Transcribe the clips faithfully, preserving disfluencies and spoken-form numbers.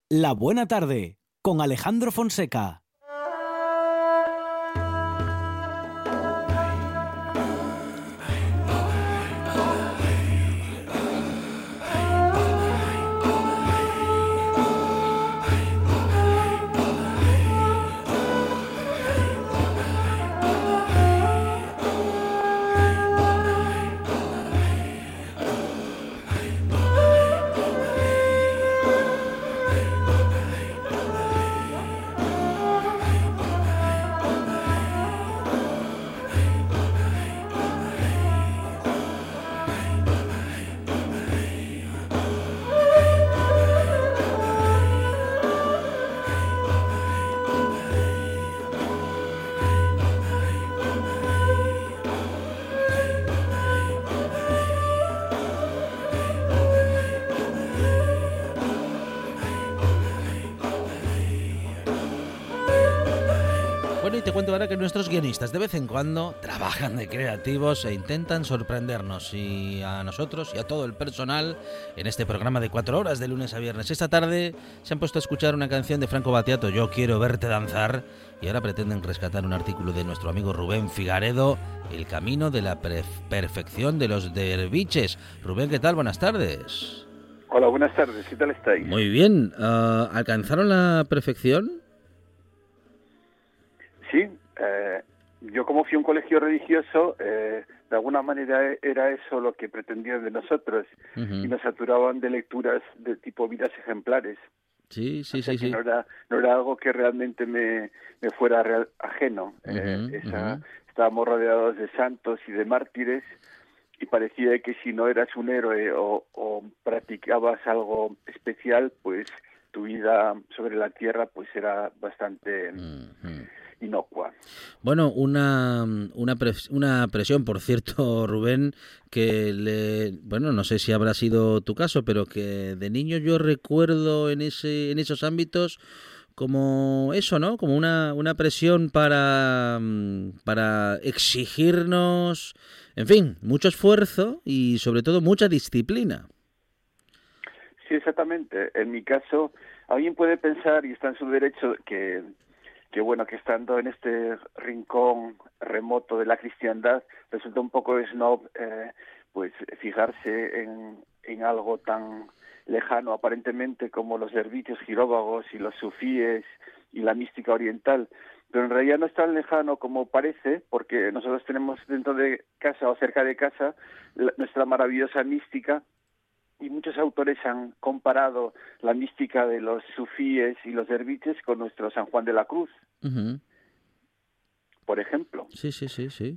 La Buena Tarde, con Alejandro Fonseca. Y te cuento ahora que nuestros guionistas de vez en cuando trabajan de creativos e intentan sorprendernos, y a nosotros y a todo el personal en este programa de cuatro horas de lunes a viernes. Esta tarde se han puesto a escuchar una canción de Franco Battiato, Yo quiero verte danzar, y ahora pretenden rescatar un artículo de nuestro amigo Rubén Figaredo, El camino de la pre- perfección de los derviches. Rubén, ¿qué tal? Buenas tardes. Hola, buenas tardes. ¿Qué tal estáis? Muy bien. Uh, ¿Alcanzaron la perfección? Sí, eh, yo como fui a un colegio religioso, eh, de alguna manera era eso lo que pretendían de nosotros, uh-huh. Y nos saturaban de lecturas de tipo vidas ejemplares. Sí, sí, o sea sí, que sí. No era, no era algo que realmente me, me fuera real, ajeno. Uh-huh, eh, esa, uh-huh. Estábamos rodeados de santos y de mártires, y parecía que si no eras un héroe o, o practicabas algo especial, pues tu vida sobre la tierra pues era bastante... Uh-huh. inocua. Bueno, una una, pres, una presión, por cierto, Rubén, que le, bueno, no sé si habrá sido tu caso, pero que de niño yo recuerdo en ese en esos ámbitos como eso, ¿no? Como una una presión para para exigirnos, en fin, mucho esfuerzo y sobre todo mucha disciplina. Sí, exactamente. En mi caso, alguien puede pensar, y está en su derecho, que que bueno, que estando en este rincón remoto de la cristiandad, resulta un poco snob, eh, pues fijarse en, en algo tan lejano aparentemente como los derviches giróvagos y los sufíes y la mística oriental, pero en realidad no es tan lejano como parece, porque nosotros tenemos dentro de casa o cerca de casa la, nuestra maravillosa mística. Y muchos autores han comparado la mística de los sufíes y los derviches con nuestro San Juan de la Cruz, uh-huh. Por ejemplo. Sí, sí, sí, sí.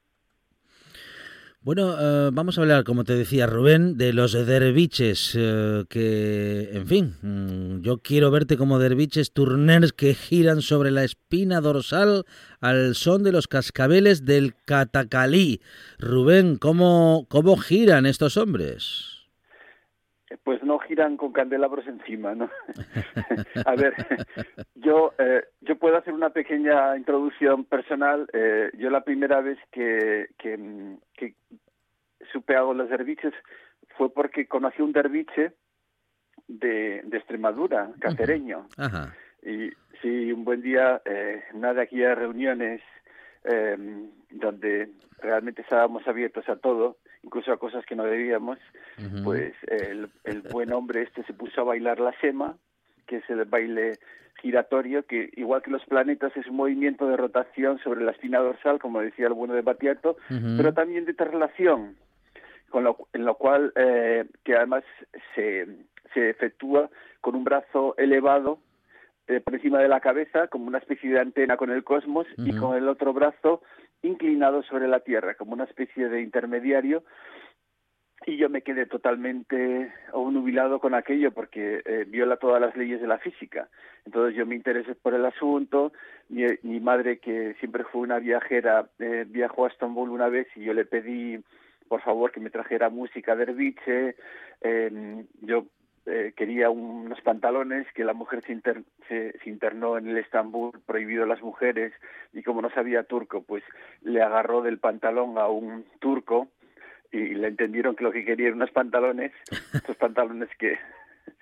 Bueno, uh, vamos a hablar, como te decía Rubén, de los derviches, uh, que, en fin, um, yo quiero verte como derviches turners que giran sobre la espina dorsal al son de los cascabeles del catacalí. Rubén, ¿cómo, cómo giran estos hombres? Pues no giran con candelabros encima, ¿no? A ver, yo eh, yo puedo hacer una pequeña introducción personal. Eh, yo la primera vez que, que, que supe algo de los derviches fue porque conocí un derviche de, de Extremadura, cacereño. Ajá. Y sí, un buen día, eh, una de aquellas reuniones eh, donde realmente estábamos abiertos a todo, incluso a cosas que no debíamos, uh-huh. Pues el, el buen hombre este se puso a bailar la sema, que es el baile giratorio, que igual que los planetas es un movimiento de rotación sobre la espina dorsal, como decía el bueno de Battiato, uh-huh. Pero también de traslación, con lo, en lo cual, eh, que además se, se efectúa con un brazo elevado eh, por encima de la cabeza, como una especie de antena con el cosmos, uh-huh. Y con el otro brazo inclinado sobre la Tierra, como una especie de intermediario. Y yo me quedé totalmente obnubilado con aquello porque eh, viola todas las leyes de la física. Entonces yo me interesé por el asunto. Mi, mi madre, que siempre fue una viajera, eh, viajó a Estambul una vez y yo le pedí, por favor, que me trajera música derviche. Eh, yo eh, quería un, unos pantalones, que la mujer se, inter, se, se internó en el Estambul, prohibido a las mujeres, y como no sabía turco, pues le agarró del pantalón a un turco, y le entendieron que lo que quería eran unos pantalones, estos pantalones que,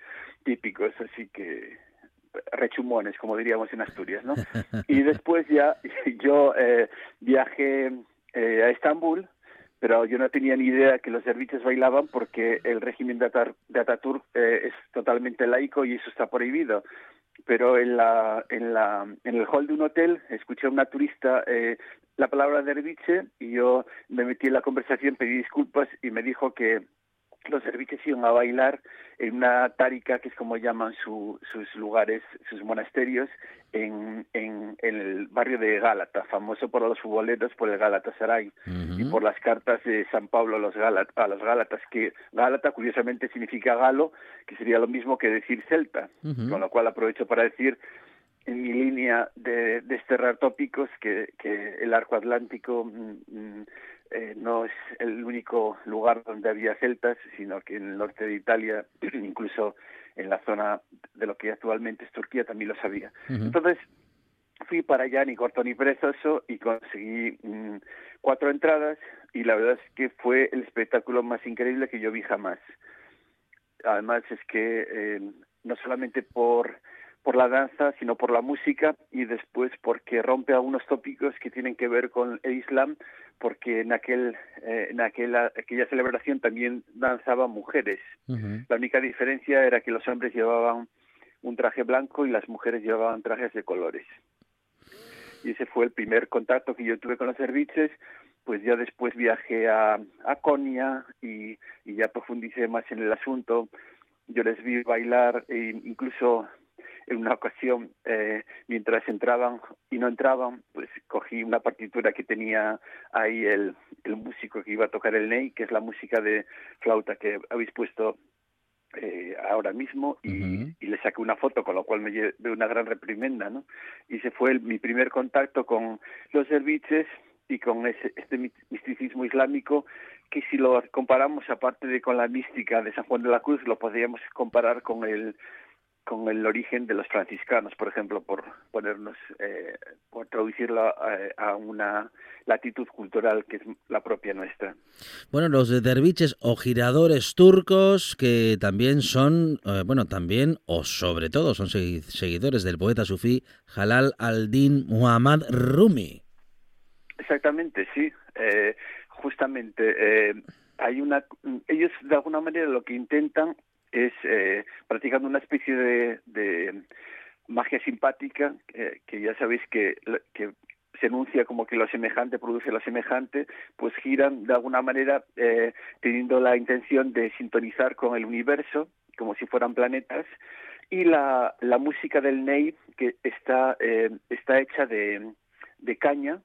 típicos, así que rechumones, como diríamos en Asturias, ¿no? Y después ya yo eh, viajé eh, a Estambul, pero yo no tenía ni idea que los derviches bailaban porque el régimen de, Atar, de Ataturk eh, es totalmente laico y eso está prohibido. Pero en la en la en el hall de un hotel escuché a una turista eh, la palabra derviche y yo me metí en la conversación, pedí disculpas y me dijo que los derviches iban a bailar en una tárica, que es como llaman su, sus lugares, sus monasterios, en, en, en el barrio de Gálata, famoso por los futboleros, por el Galatasaray, uh-huh. y por las cartas de San Pablo a los, Galat, a los Gálatas, que Gálata curiosamente significa galo, que sería lo mismo que decir celta, uh-huh. con lo cual aprovecho para decir, en mi línea de desterrar tópicos, que, que el arco atlántico mm, eh, no es el único lugar donde había celtas, sino que en el norte de Italia, incluso en la zona de lo que actualmente es Turquía, también los había. Uh-huh. Entonces, fui para allá, ni corto ni perezoso, y conseguí mm, cuatro entradas, y la verdad es que fue el espectáculo más increíble que yo vi jamás. Además es que eh, no solamente por... por la danza, sino por la música, y después porque rompe algunos tópicos que tienen que ver con el Islam, porque en aquel eh, en aquella, aquella celebración también danzaban mujeres. Uh-huh. La única diferencia era que los hombres llevaban un traje blanco y las mujeres llevaban trajes de colores. Y ese fue el primer contacto que yo tuve con los derviches. Pues ya después viajé a, a Konya y, y ya profundicé más en el asunto. Yo les vi bailar e incluso en una ocasión, eh, mientras entraban y no entraban, pues cogí una partitura que tenía ahí el, el músico que iba a tocar el ney, que es la música de flauta que habéis puesto eh, ahora mismo, y, uh-huh. y le saqué una foto, con lo cual me llevé una gran reprimenda, ¿no? Y ese fue el, mi primer contacto con los derviches y con ese, este misticismo islámico, que si lo comparamos, aparte de con la mística de San Juan de la Cruz, lo podríamos comparar con el con el origen de los franciscanos, por ejemplo, por ponernos, eh, por traducirlo a, a una latitud cultural que es la propia nuestra. Bueno, los derviches o giradores turcos, que también son, eh, bueno, también o sobre todo son seguidores del poeta sufí Jalal al-Din Muhammad Rumi. Exactamente, sí. Eh, justamente, eh, hay una, ellos de alguna manera lo que intentan es eh, practicando una especie de, de magia simpática, eh, que ya sabéis que, que se enuncia como que lo semejante produce lo semejante, pues giran de alguna manera eh, teniendo la intención de sintonizar con el universo, como si fueran planetas, y la, la música del ney, que está, eh, está hecha de, de caña,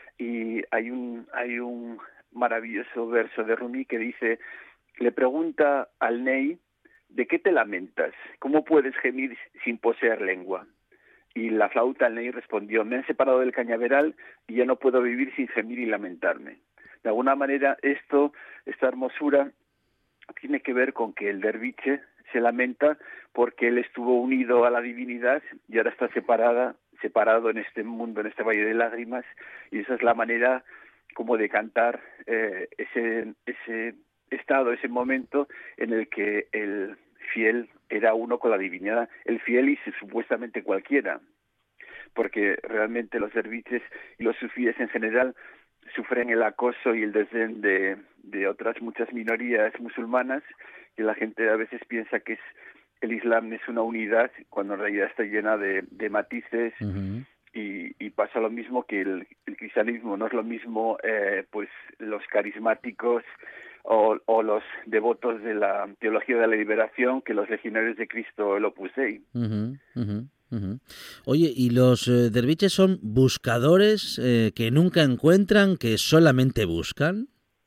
y hay un, hay un maravilloso verso de Rumi que dice, le pregunta al ney, ¿de qué te lamentas? ¿Cómo puedes gemir sin poseer lengua? Y la flauta, el ney, respondió, me han separado del cañaveral y ya no puedo vivir sin gemir y lamentarme. De alguna manera, esto, esta hermosura, tiene que ver con que el derviche se lamenta porque él estuvo unido a la divinidad y ahora está separada, separado en este mundo, en este valle de lágrimas, y esa es la manera como de cantar eh, ese ese estado, ese momento en el que el fiel era uno con la divinidad, el fiel y supuestamente cualquiera, porque realmente los derviches y los sufíes en general sufren el acoso y el desdén de, de otras muchas minorías musulmanas, que la gente a veces piensa que es el Islam es una unidad, cuando en realidad está llena de, de matices. Uh-huh. Y, y pasa lo mismo que el, el cristianismo, no es lo mismo eh, pues los carismáticos o, o los devotos de la teología de la liberación que los legionarios de Cristo, el Opus Dei. Uh-huh, uh-huh, uh-huh. Oye, ¿y los eh, derviches son buscadores eh, que nunca encuentran, que solamente buscan?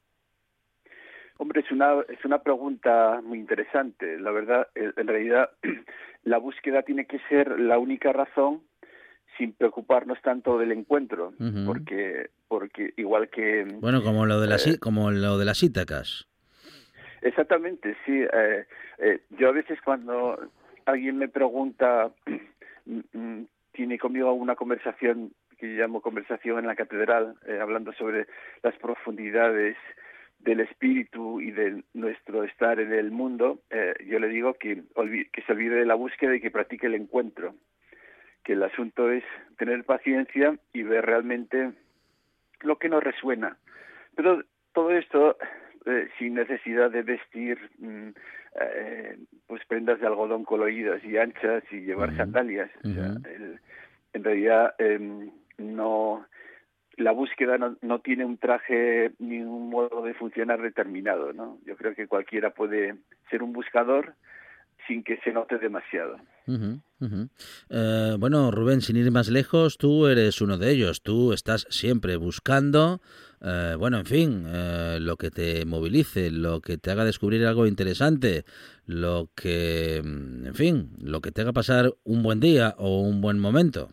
Hombre, es una es una pregunta muy interesante. La verdad, en realidad, la búsqueda tiene que ser la única razón, sin preocuparnos tanto del encuentro, uh-huh. porque porque igual que bueno, como lo de las eh, como lo de las Ítacas. Exactamente, sí. Eh, eh, yo a veces cuando alguien me pregunta, tiene conmigo una conversación que yo llamo conversación en la catedral, eh, hablando sobre las profundidades del espíritu y de nuestro estar en el mundo, eh, yo le digo que, olvi- que se olvide de la búsqueda y que practique el encuentro, que el asunto es tener paciencia y ver realmente lo que nos resuena. Pero todo esto eh, sin necesidad de vestir mm, eh, pues prendas de algodón coloridas y anchas y llevar Uh-huh. sandalias. O sea, Uh-huh. el, en realidad eh, no... La búsqueda no, no tiene un traje ni un modo de funcionar determinado, ¿no? Yo creo que cualquiera puede ser un buscador sin que se note demasiado. Uh-huh, uh-huh. Eh, bueno, Rubén, sin ir más lejos, tú eres uno de ellos. Tú estás siempre buscando, eh, bueno, en fin, eh, lo que te movilice, lo que te haga descubrir algo interesante, lo que, en fin, lo que te haga pasar un buen día o un buen momento.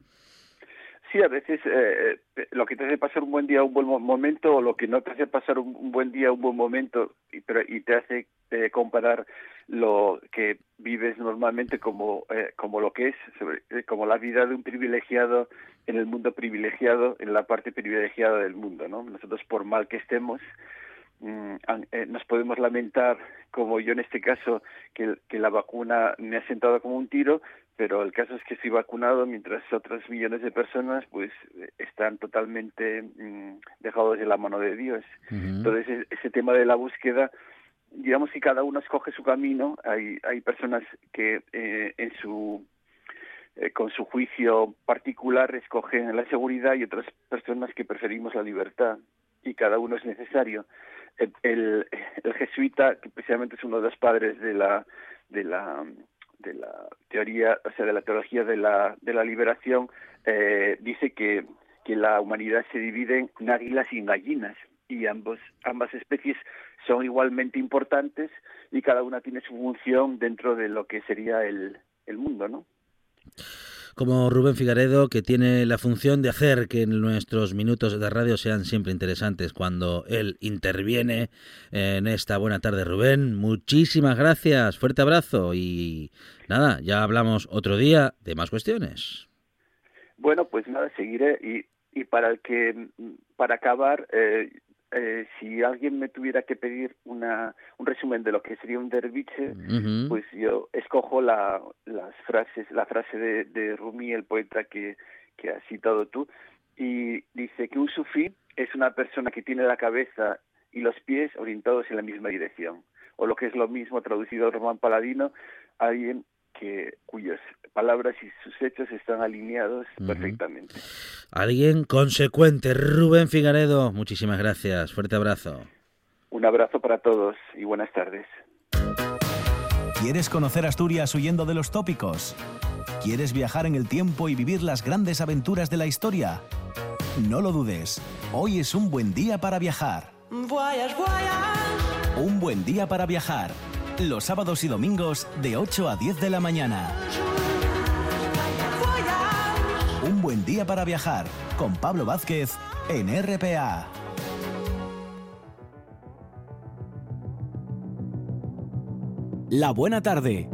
Sí, a veces eh, lo que te hace pasar un buen día, un buen momento, o lo que no te hace pasar un, un buen día, un buen momento, y, pero, y te hace eh, comparar lo que vives normalmente como eh, como lo que es, sobre, eh, como la vida de un privilegiado en el mundo privilegiado, en la parte privilegiada del mundo, ¿no? Nosotros, por mal que estemos, mm, eh, nos podemos lamentar, como yo en este caso, que, que la vacuna me ha sentado como un tiro, pero el caso es que estoy vacunado mientras otros millones de personas pues están totalmente mmm, dejados de la mano de Dios. Uh-huh. Entonces ese tema de la búsqueda, digamos que cada uno escoge su camino. Hay hay personas que eh, en su eh, con su juicio particular escogen la seguridad y otras personas que preferimos la libertad, y cada uno es necesario. El, el, el jesuita, que precisamente es uno de los padres de la de la de la teoría, o sea, de la teología de la de la liberación, eh, dice que que la humanidad se divide en águilas y en gallinas, y ambos ambas especies son igualmente importantes y cada una tiene su función dentro de lo que sería el el mundo, ¿no? Como Rubén Figaredo, que tiene la función de hacer que nuestros minutos de radio sean siempre interesantes cuando él interviene en esta buena tarde. Rubén, muchísimas gracias, fuerte abrazo y nada, ya hablamos otro día de más cuestiones. Bueno, pues nada, seguiré y, y para el que, para acabar, eh, eh, si alguien me tuviera que pedir una un resumen de lo que sería un derviche, uh-huh. pues yo escojo la las frases la frase de, de Rumi, el poeta que, que has citado tú, y dice que un sufí es una persona que tiene la cabeza y los pies orientados en la misma dirección, o lo que es lo mismo, traducido Román Paladino, alguien que cuyas palabras y sus hechos están alineados uh-huh. perfectamente. Alguien consecuente. Rubén Figaredo, muchísimas gracias. Fuerte abrazo. Un abrazo para todos y buenas tardes. ¿Quieres conocer Asturias huyendo de los tópicos? ¿Quieres viajar en el tiempo y vivir las grandes aventuras de la historia? No lo dudes. Hoy es un buen día para viajar. Voyage, voyage. Un buen día para viajar. Los sábados y domingos de ocho a diez de la mañana. Un buen día para viajar con Pablo Vázquez en R P A. La buena tarde.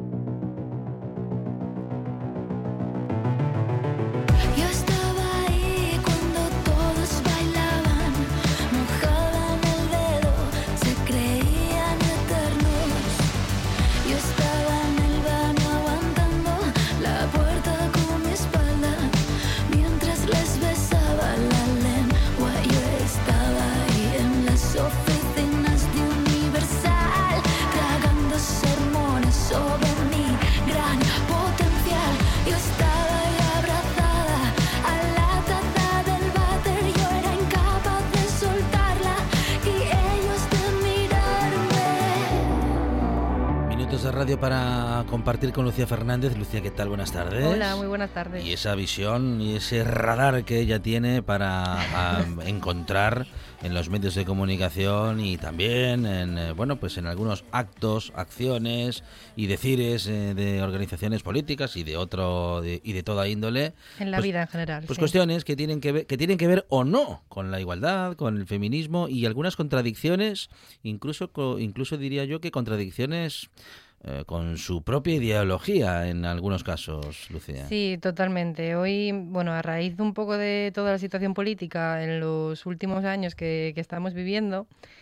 Radio para compartir con Lucía Fernández. Lucía, ¿qué tal? Buenas tardes. Hola, muy buenas tardes. Y esa visión y ese radar que ella tiene para encontrar en los medios de comunicación y también en, bueno, pues en algunos actos, acciones y decires eh, de organizaciones políticas y de otro de, y de toda índole. En la pues, vida en general. Pues sí. cuestiones que tienen que ver, que tienen que ver o no con la igualdad, con el feminismo y algunas contradicciones, incluso incluso diría yo que contradicciones Eh, con su propia ideología en algunos casos, Lucía. Sí, totalmente. Hoy, bueno, a raíz de un poco de toda la situación política en los últimos años que, que estamos viviendo,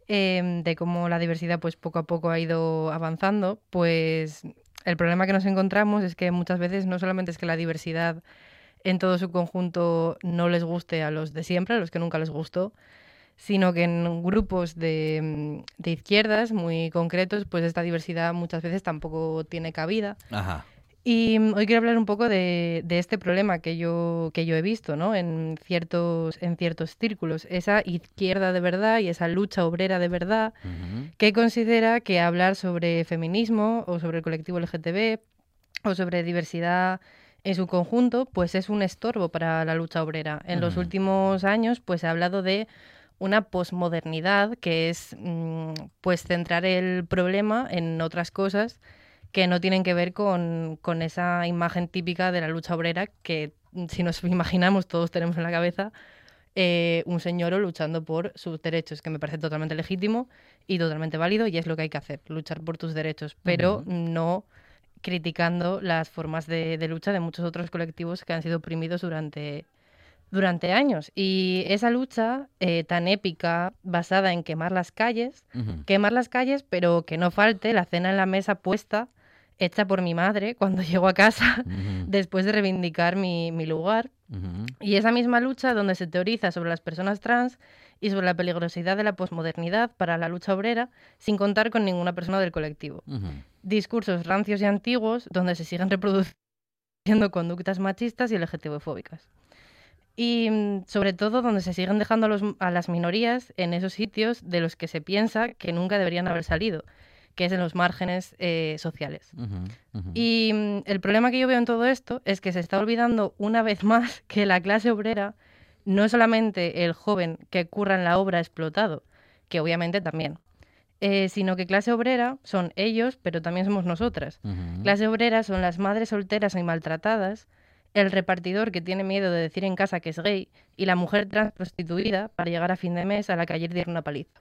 eh, de cómo la diversidad pues poco a poco ha ido avanzando, pues el problema que nos encontramos es que muchas veces no solamente es que la diversidad en todo su conjunto no les guste a los de siempre, a los que nunca les gustó, sino que en grupos de, de izquierdas muy concretos, pues esta diversidad muchas veces tampoco tiene cabida. Ajá. Y hoy quiero hablar un poco de, de este problema que yo, que yo he visto, ¿no? en, ciertos, en ciertos círculos. Esa izquierda de verdad y esa lucha obrera de verdad uh-huh. que considera que hablar sobre feminismo o sobre el colectivo L G T B o sobre diversidad en su conjunto, pues es un estorbo para la lucha obrera. En uh-huh. los últimos años, pues se ha hablado de una posmodernidad, que es mmm, pues centrar el problema en otras cosas que no tienen que ver con, con esa imagen típica de la lucha obrera que, si nos imaginamos, todos tenemos en la cabeza eh, un señor luchando por sus derechos, que me parece totalmente legítimo y totalmente válido, y es lo que hay que hacer, luchar por tus derechos, pero uh-huh. no criticando las formas de, de lucha de muchos otros colectivos que han sido oprimidos durante, durante años. Y esa lucha eh, tan épica, basada en quemar las calles, uh-huh. quemar las calles, pero que no falte la cena en la mesa puesta, hecha por mi madre cuando llego a casa, uh-huh. después de reivindicar mi, mi lugar. Uh-huh. Y esa misma lucha donde se teoriza sobre las personas trans y sobre la peligrosidad de la posmodernidad para la lucha obrera, sin contar con ninguna persona del colectivo. Uh-huh. Discursos rancios y antiguos donde se siguen reproduciendo conductas machistas y L G T B-fóbicas. Y sobre todo donde se siguen dejando a, los, a las minorías en esos sitios de los que se piensa que nunca deberían haber salido, que es en los márgenes eh, sociales. Uh-huh, uh-huh. Y mm, el problema que yo veo en todo esto es que se está olvidando una vez más que la clase obrera no es solamente el joven que curra en la obra explotado, que obviamente también, eh, sino que clase obrera son ellos, pero también somos nosotras. Uh-huh. Clase obrera son las madres solteras y maltratadas, el repartidor que tiene miedo de decir en casa que es gay y la mujer trans prostituida para llegar a fin de mes a la que ayer dieron una paliza.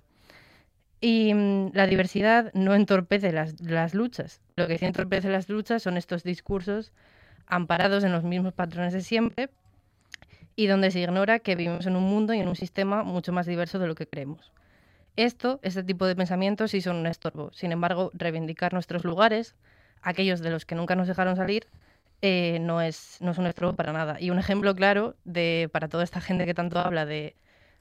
Y mmm, la diversidad no entorpece las, las luchas. Lo que sí entorpece las luchas son estos discursos amparados en los mismos patrones de siempre y donde se ignora que vivimos en un mundo y en un sistema mucho más diverso de lo que creemos. Esto, este tipo de pensamientos sí son un estorbo. Sin embargo, reivindicar nuestros lugares, aquellos de los que nunca nos dejaron salir, eh, no es, no es un estorbo para nada. Y un ejemplo claro de para toda esta gente que tanto habla de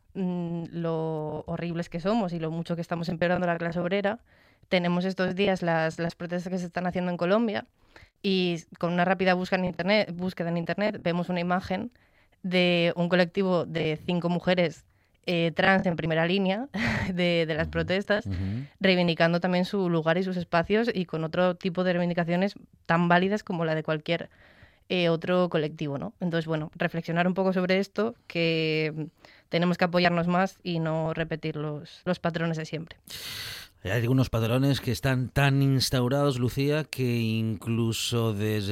lo horribles que somos y lo mucho que estamos empeorando la clase obrera, tenemos estos días las, las protestas que se están haciendo en Colombia y con una rápida búsqueda en internet, búsqueda en internet vemos una imagen de un colectivo de cinco mujeres eh, trans en primera línea de, de las protestas, uh-huh. reivindicando también su lugar y sus espacios y con otro tipo de reivindicaciones tan válidas como la de cualquier eh, otro colectivo, ¿no? Entonces, bueno, reflexionar un poco sobre esto, que tenemos que apoyarnos más y no repetir los, los patrones de siempre. Hay algunos patrones que están tan instaurados, Lucía, que incluso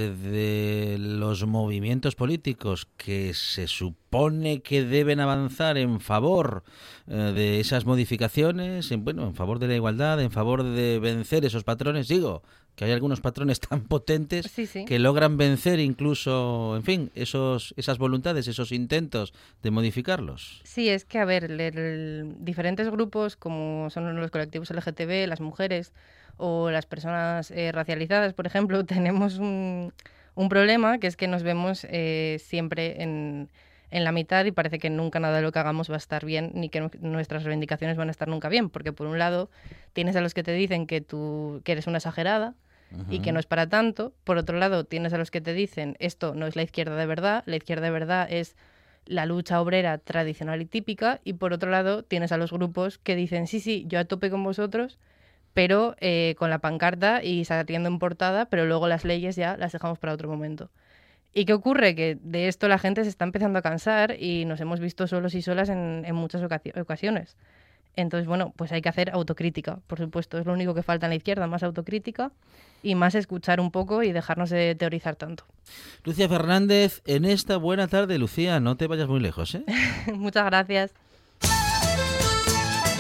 desde los movimientos políticos que se supone que deben avanzar en favor eh, de esas modificaciones, en, bueno, en favor de la igualdad, en favor de vencer esos patrones, digo, que hay algunos patrones tan potentes sí, sí. que logran vencer incluso, en fin, esos esas voluntades, esos intentos de modificarlos. Sí, es que, a ver, el, el, diferentes grupos como son los colectivos L G T B, las mujeres o las personas eh, racializadas, por ejemplo, tenemos un, un problema que es que nos vemos eh, siempre en, en la mitad y parece que nunca nada de lo que hagamos va a estar bien ni que nuestras reivindicaciones van a estar nunca bien, porque por un lado tienes a los que te dicen que tú que eres una exagerada y que no es para tanto. Por otro lado, tienes a los que te dicen esto no es la izquierda de verdad, la izquierda de verdad es la lucha obrera tradicional y típica. Y por otro lado, tienes a los grupos que dicen sí, sí, yo a tope con vosotros, pero eh, con la pancarta y saliendo en portada, pero luego las leyes ya las dejamos para otro momento. ¿Y qué ocurre? Que de esto la gente se está empezando a cansar y nos hemos visto solos y solas en, en muchas ocasiones. Entonces, bueno, pues hay que hacer autocrítica, por supuesto. Es lo único que falta en la izquierda, más autocrítica y más escuchar un poco y dejarnos de teorizar tanto. Lucía Fernández, en esta buena tarde, Lucía, no te vayas muy lejos, ¿eh? Muchas gracias.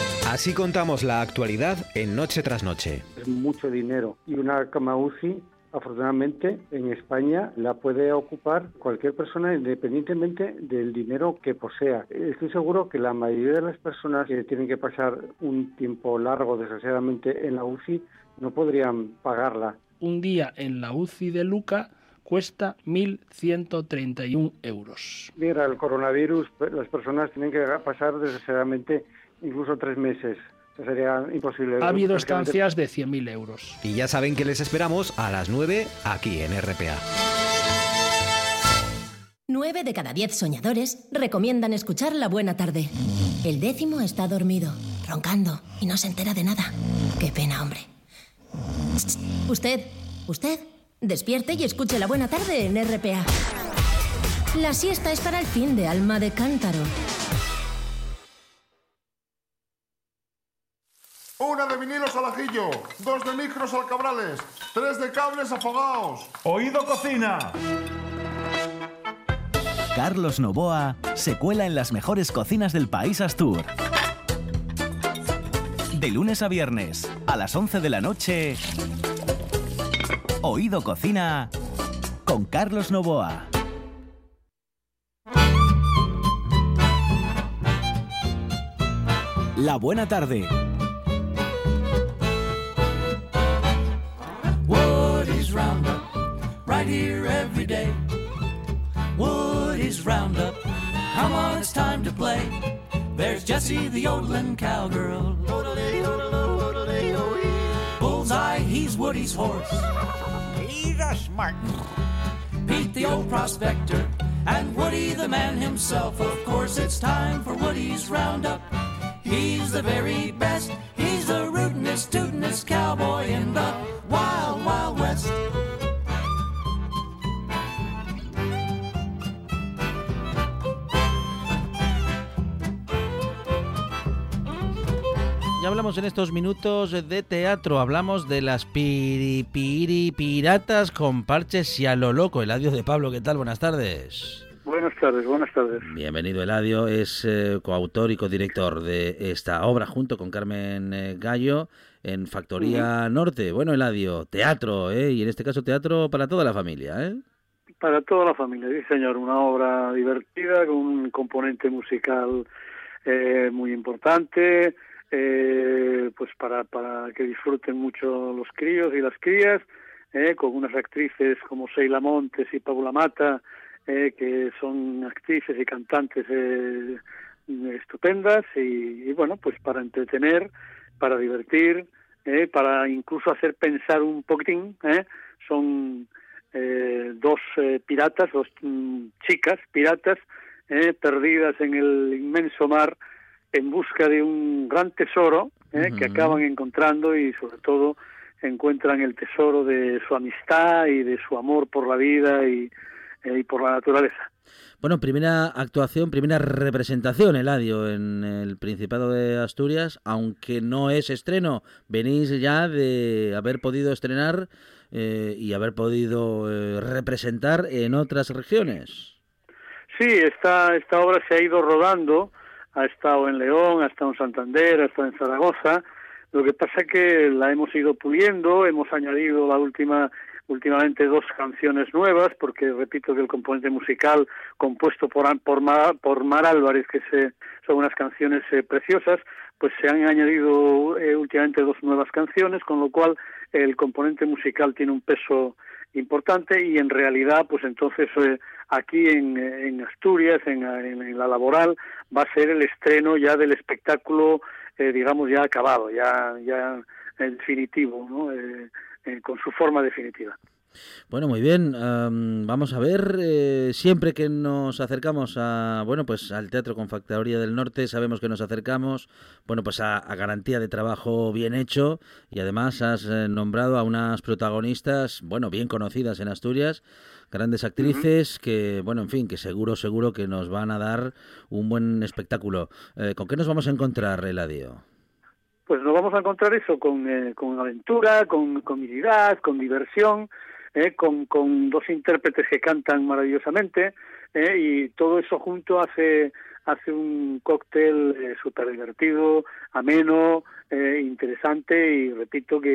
Así contamos la actualidad en Noche tras Noche. Es mucho dinero y una cama U C I afortunadamente en España la puede ocupar cualquier persona independientemente del dinero que posea. Estoy seguro que la mayoría de las personas que tienen que pasar un tiempo largo, desgraciadamente, en la U C I no podrían pagarla. Un día en la U C I de Luca cuesta mil ciento treinta y uno euros. Mira, el coronavirus, las personas tienen que pasar desgraciadamente incluso tres meses. Sería imposible. Ha habido estancias de cien mil euros. Y ya saben que les esperamos a las nueve aquí en R P A. Nueve de cada diez soñadores recomiendan escuchar La Buena Tarde. El décimo está dormido, roncando, y no se entera de nada. Qué pena, hombre. Usted, usted, despierte y escuche La Buena Tarde en R P A. La siesta es para el fin de alma de cántaro. Una de vinilos al ajillo, dos de micros al cabrales, tres de cables afogados. ¡Oído cocina! Carlos Novoa se cuela en las mejores cocinas del país Astur. De lunes a viernes, a las once de la noche, Oído Cocina con Carlos Novoa. La Buena Tarde. Woody's Roundup, right here every day. Woody's Roundup, come on, it's time to play. There's Jessie the yodeling cowgirl. Bullseye, he's Woody's horse. He's a smart. Pete the old prospector, and Woody the man himself. Of course, it's time for Woody's Roundup. He's the very best. He's the rootinest, tootinest cowboy in the Wild, Wild West. Ya hablamos en estos minutos de teatro, hablamos de las piri, piri, piratas con parches y a lo loco. Eladio de Pablo, ¿qué tal? Buenas tardes. Buenas tardes, buenas tardes. Bienvenido, Eladio. Es eh, coautor y codirector de esta obra junto con Carmen eh, Gallo en Factoría uh-huh. Norte. Bueno, Eladio, teatro, ¿eh? Y en este caso teatro para toda la familia, ¿eh? Para toda la familia, sí, señor. Una obra divertida con un componente musical eh, muy importante. Eh, pues para, para que disfruten mucho los críos y las crías, eh, con unas actrices como Sheila Montes y Paula Mata, eh, que son actrices y cantantes eh, estupendas, y, y bueno, pues para entretener, para divertir, eh, para incluso hacer pensar un poquitín. Eh, son eh, dos eh, piratas, dos mm, chicas piratas, eh, perdidas en el inmenso mar, en busca de un gran tesoro eh, uh-huh. que acaban encontrando, y sobre todo encuentran el tesoro de su amistad y de su amor por la vida y, eh, y por la naturaleza. Bueno, primera actuación, primera representación, Eladio, en el Principado de Asturias, aunque no es estreno. Venís ya de haber podido estrenar eh, y haber podido eh, representar en otras regiones. Sí, esta, esta obra se ha ido rodando. Ha estado en León, ha estado en Santander, ha estado en Zaragoza. Lo que pasa es que la hemos ido puliendo, hemos añadido la última, últimamente dos canciones nuevas, porque repito que el componente musical compuesto por por Mar, por Mar Álvarez, que se, son unas canciones eh, preciosas, pues se han añadido eh, últimamente dos nuevas canciones, con lo cual el componente musical tiene un peso importante, y en realidad pues entonces eh, aquí en, en Asturias, en, en, en la Laboral, va a ser el estreno ya del espectáculo, eh, digamos ya acabado, ya ya definitivo, ¿no? Eh, eh, con su forma definitiva. Bueno, muy bien. Um, vamos a ver, eh, siempre que nos acercamos a, bueno, pues al Teatro con Factoría del Norte, sabemos que nos acercamos, bueno, pues a, a garantía de trabajo bien hecho, y además has eh, nombrado a unas protagonistas, bueno, bien conocidas en Asturias, grandes actrices, uh-huh. que, bueno, en fin, que seguro, seguro que nos van a dar un buen espectáculo. Eh, ¿Con qué nos vamos a encontrar, Eladio? Pues nos vamos a encontrar eso, con, eh, con aventura, con comicidad, con diversión, Eh, con, con dos intérpretes que cantan maravillosamente, eh, y todo eso junto hace hace un cóctel eh, súper divertido, ameno, eh, interesante, y repito que,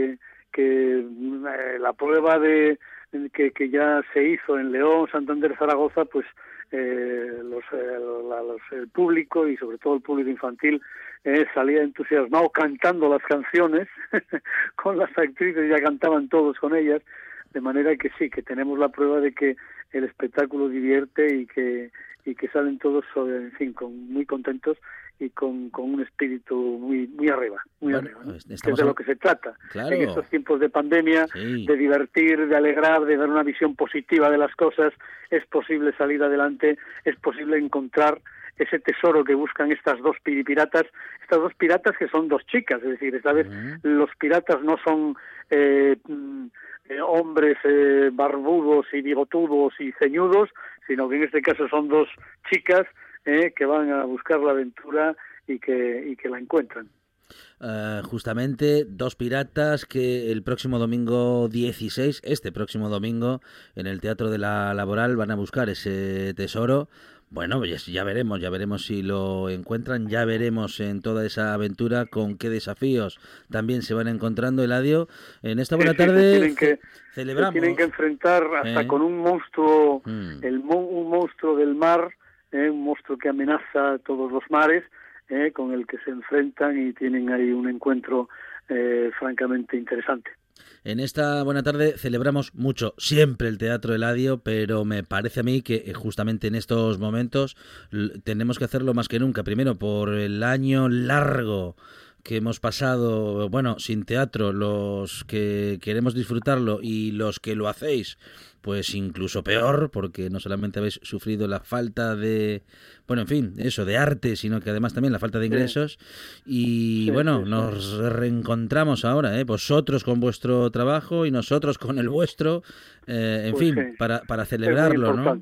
que eh, la prueba de que, que ya se hizo en León, Santander, Zaragoza, pues eh, los, eh, la, los, el público y sobre todo el público infantil eh, salía entusiasmado cantando las canciones con las actrices, ya cantaban todos con ellas, de manera que sí, que tenemos la prueba de que el espectáculo divierte y que y que salen todos, en fin, con, muy contentos y con, con un espíritu muy muy arriba, muy bueno, arriba, ¿no? Que es de lo que se trata, claro, en estos tiempos de pandemia, sí, de divertir, de alegrar, de dar una visión positiva de las cosas. Es posible salir adelante, es posible encontrar ese tesoro que buscan estas dos piripiratas, estas dos piratas que son dos chicas, es decir, esta vez uh-huh. los piratas no son eh, eh, hombres eh, barbudos y bigotudos y ceñudos, sino que en este caso son dos chicas eh, que van a buscar la aventura y que, y que la encuentran. Uh, justamente dos piratas que el próximo domingo dieciséis, este próximo domingo, en el Teatro de la Laboral van a buscar ese tesoro. Bueno, pues ya veremos, ya veremos si lo encuentran, ya veremos en toda esa aventura con qué desafíos también se van encontrando. Eladio, en esta buena tarde tienen que, celebramos. Se tienen que enfrentar hasta ¿Eh? con un monstruo, mm. el un monstruo del mar, eh, un monstruo que amenaza todos los mares, eh, con el que se enfrentan y tienen ahí un encuentro eh, francamente interesante. En esta buena tarde celebramos mucho siempre el Teatro Eladio, pero me parece a mí que justamente en estos momentos tenemos que hacerlo más que nunca. Primero, por el año largo que hemos pasado, bueno, sin teatro, los que queremos disfrutarlo y los que lo hacéis, pues incluso peor, porque no solamente habéis sufrido la falta de, bueno, en fin, eso, de arte, sino que además también la falta de ingresos. Y sí, bueno, sí, sí. nos reencontramos ahora, ¿eh? Vosotros con vuestro trabajo y nosotros con el vuestro, eh, en pues fin, sí. para, para celebrarlo, ¿no?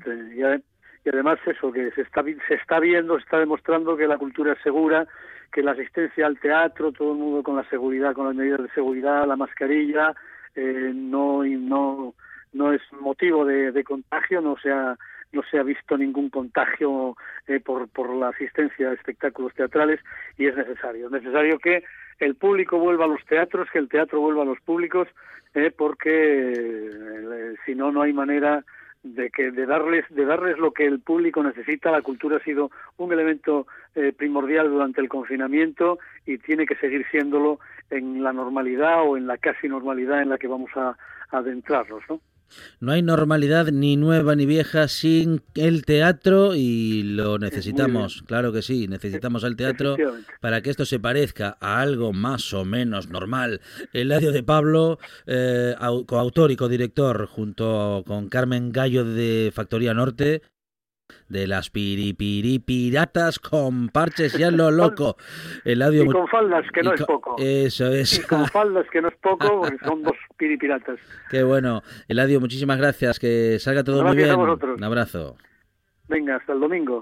Y además eso, que se está, se está viendo, se está demostrando que la cultura es segura, que la asistencia al teatro, todo el mundo con la seguridad, con las medidas de seguridad, la mascarilla, eh, no no no es motivo de, de contagio, no se ha no se ha visto ningún contagio eh, por por la asistencia a espectáculos teatrales, y es necesario, es necesario que el público vuelva a los teatros, que el teatro vuelva a los públicos, eh, porque eh, si no no hay manera de que de darles de darles lo que el público necesita. La cultura ha sido un elemento eh, primordial durante el confinamiento y tiene que seguir siéndolo en la normalidad o en la casi normalidad en la que vamos a, a adentrarnos, ¿no? No hay normalidad ni nueva ni vieja sin el teatro, y lo necesitamos, claro que sí, necesitamos el teatro para que esto se parezca a algo más o menos normal. Eladio de Pablo, eh, coautor y codirector junto con Carmen Gallo de Factoría Norte, de las piripiripiratas con parches y a lo loco. Eladio, y con faldas, que no con, es poco. Eso es. Y con faldas, que no es poco, porque son dos piripiratas. Qué bueno. Eladio, muchísimas gracias. Que salga todo gracias muy bien. A vosotros. Un abrazo. Venga, hasta el domingo.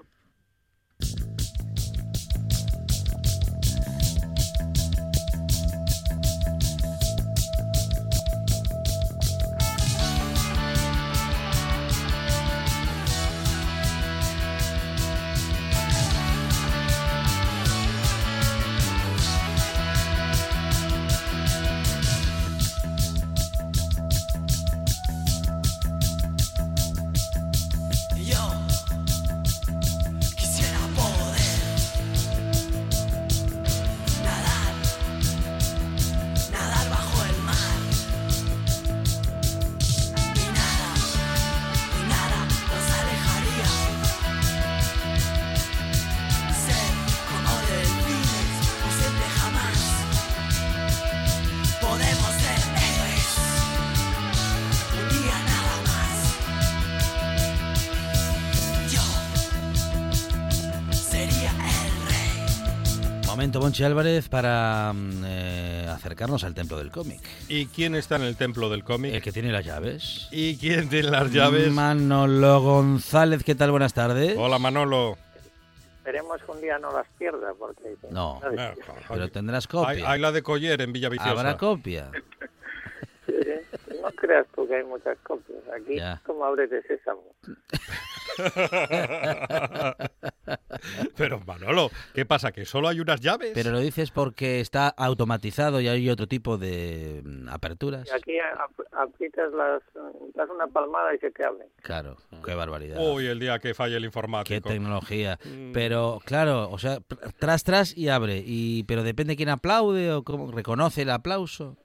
Momento, Monchi Álvarez, para eh, acercarnos al templo del cómic. ¿Y quién está en el templo del cómic? El que tiene las llaves. ¿Y quién tiene las llaves? Manolo González, ¿qué tal? Buenas tardes. Hola, Manolo. Esperemos que un día no las pierda, porque... No, no pero tendrás copia. Hay, hay la de Coller en Villaviciosa. ¿Habrá copia? Sí, no creas tú que hay muchas copias. Aquí, ya. Como abres de sésamo. Pero Manolo, ¿qué pasa? ¿Que solo hay unas llaves? Pero lo dices porque está automatizado y hay otro tipo de aperturas. Y aquí aprietas las, das una palmada y se te abre. Claro, qué barbaridad. Uy, el día que falle el informático. Qué tecnología. Mm. Pero claro, o sea, tras, tras y abre. Y pero depende quién aplaude o cómo reconoce el aplauso.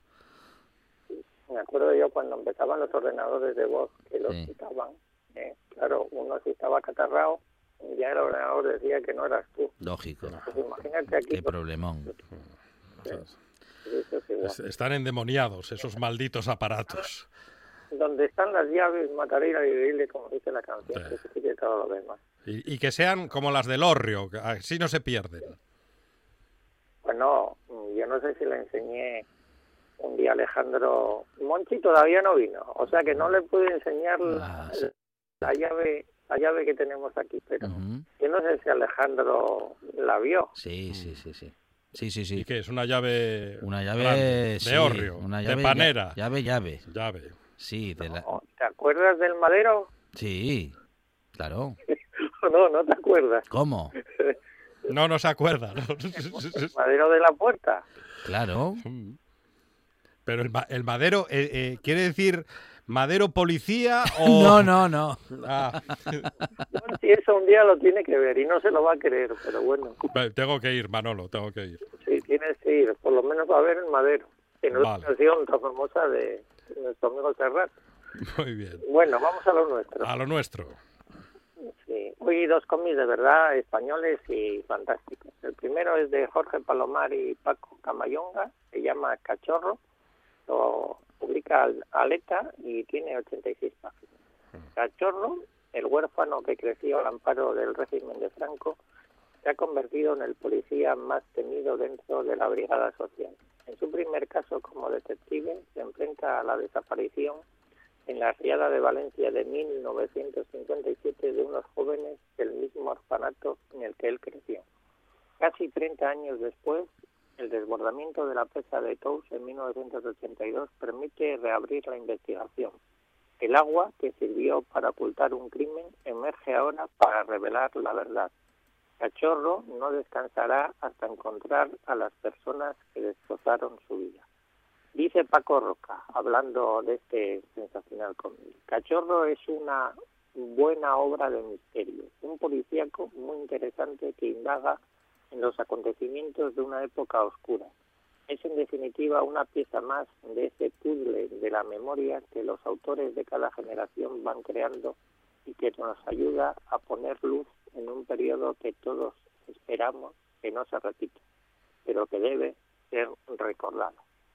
Me acuerdo yo cuando empezaban los ordenadores de voz que los sí. quitaban. Eh, claro, uno si estaba catarrado, ya el ordenador decía que no eras tú. Lógico. Pues imagínate aquí. Qué problemón. Sí. Es, están endemoniados esos malditos aparatos. Donde están las llaves, mataré a vivirle, como dice la canción, sí. que se quite todo lo demás. Y, y que sean como las del Hórreo, así no se pierden. Pues no, yo no sé si le enseñé un día a Alejandro. Monchi todavía no vino, o sea que no le pude enseñar ah, sí. la, la llave la llave que tenemos aquí, pero uh-huh. yo no sé si Alejandro la vio. Sí, sí, sí, sí. Sí, sí, sí. ¿Y qué es? ¿Una llave Una llave grande, sí, de Hórreo, una llave, de panera? Llave, llave. Llave. Sí, de no, la... ¿te acuerdas del madero? Sí, claro. No, no te acuerdas. ¿Cómo? No, no se acuerda. ¿No? El madero de la puerta. Claro. Pero el, el madero, eh, eh, ¿quiere decir madero policía o...? No, no, no. Ah. No, si eso un día lo tiene que ver y no se lo va a creer, pero bueno. Tengo que ir, Manolo, tengo que ir. Sí, tienes que ir, por lo menos va a ver el madero, en una vale. canción tan famosa de nuestro amigo Serrat. Muy bien. Bueno, vamos a lo nuestro. A lo nuestro. Sí, hoy dos cómics de verdad españoles y fantásticos. El primero es de Jorge Palomar y Paco Camayonga, se llama Cachorro, lo publica Aleta y tiene ochenta y seis páginas. Cachorro, el huérfano que creció al amparo del régimen de Franco, se ha convertido en el policía más temido dentro de la brigada social. En su primer caso como detective se enfrenta a la desaparición en la riada de Valencia de mil novecientos cincuenta y siete de unos jóvenes del mismo orfanato en el que él creció. Casi treinta años después, el desbordamiento de la presa de Tous en mil novecientos ochenta y dos permite reabrir la investigación. El agua que sirvió para ocultar un crimen emerge ahora para revelar la verdad. Cachorro no descansará hasta encontrar a las personas que destrozaron su vida. Dice Paco Roca, hablando de este sensacional cómic, Cachorro es una buena obra de misterio, un policíaco muy interesante que indaga en los acontecimientos de una época oscura. Es en definitiva una pieza más de ese puzzle de la memoria que los autores de cada generación van creando y que nos ayuda a poner luz en un periodo que todos esperamos que no se repita, pero que debe ser recordado.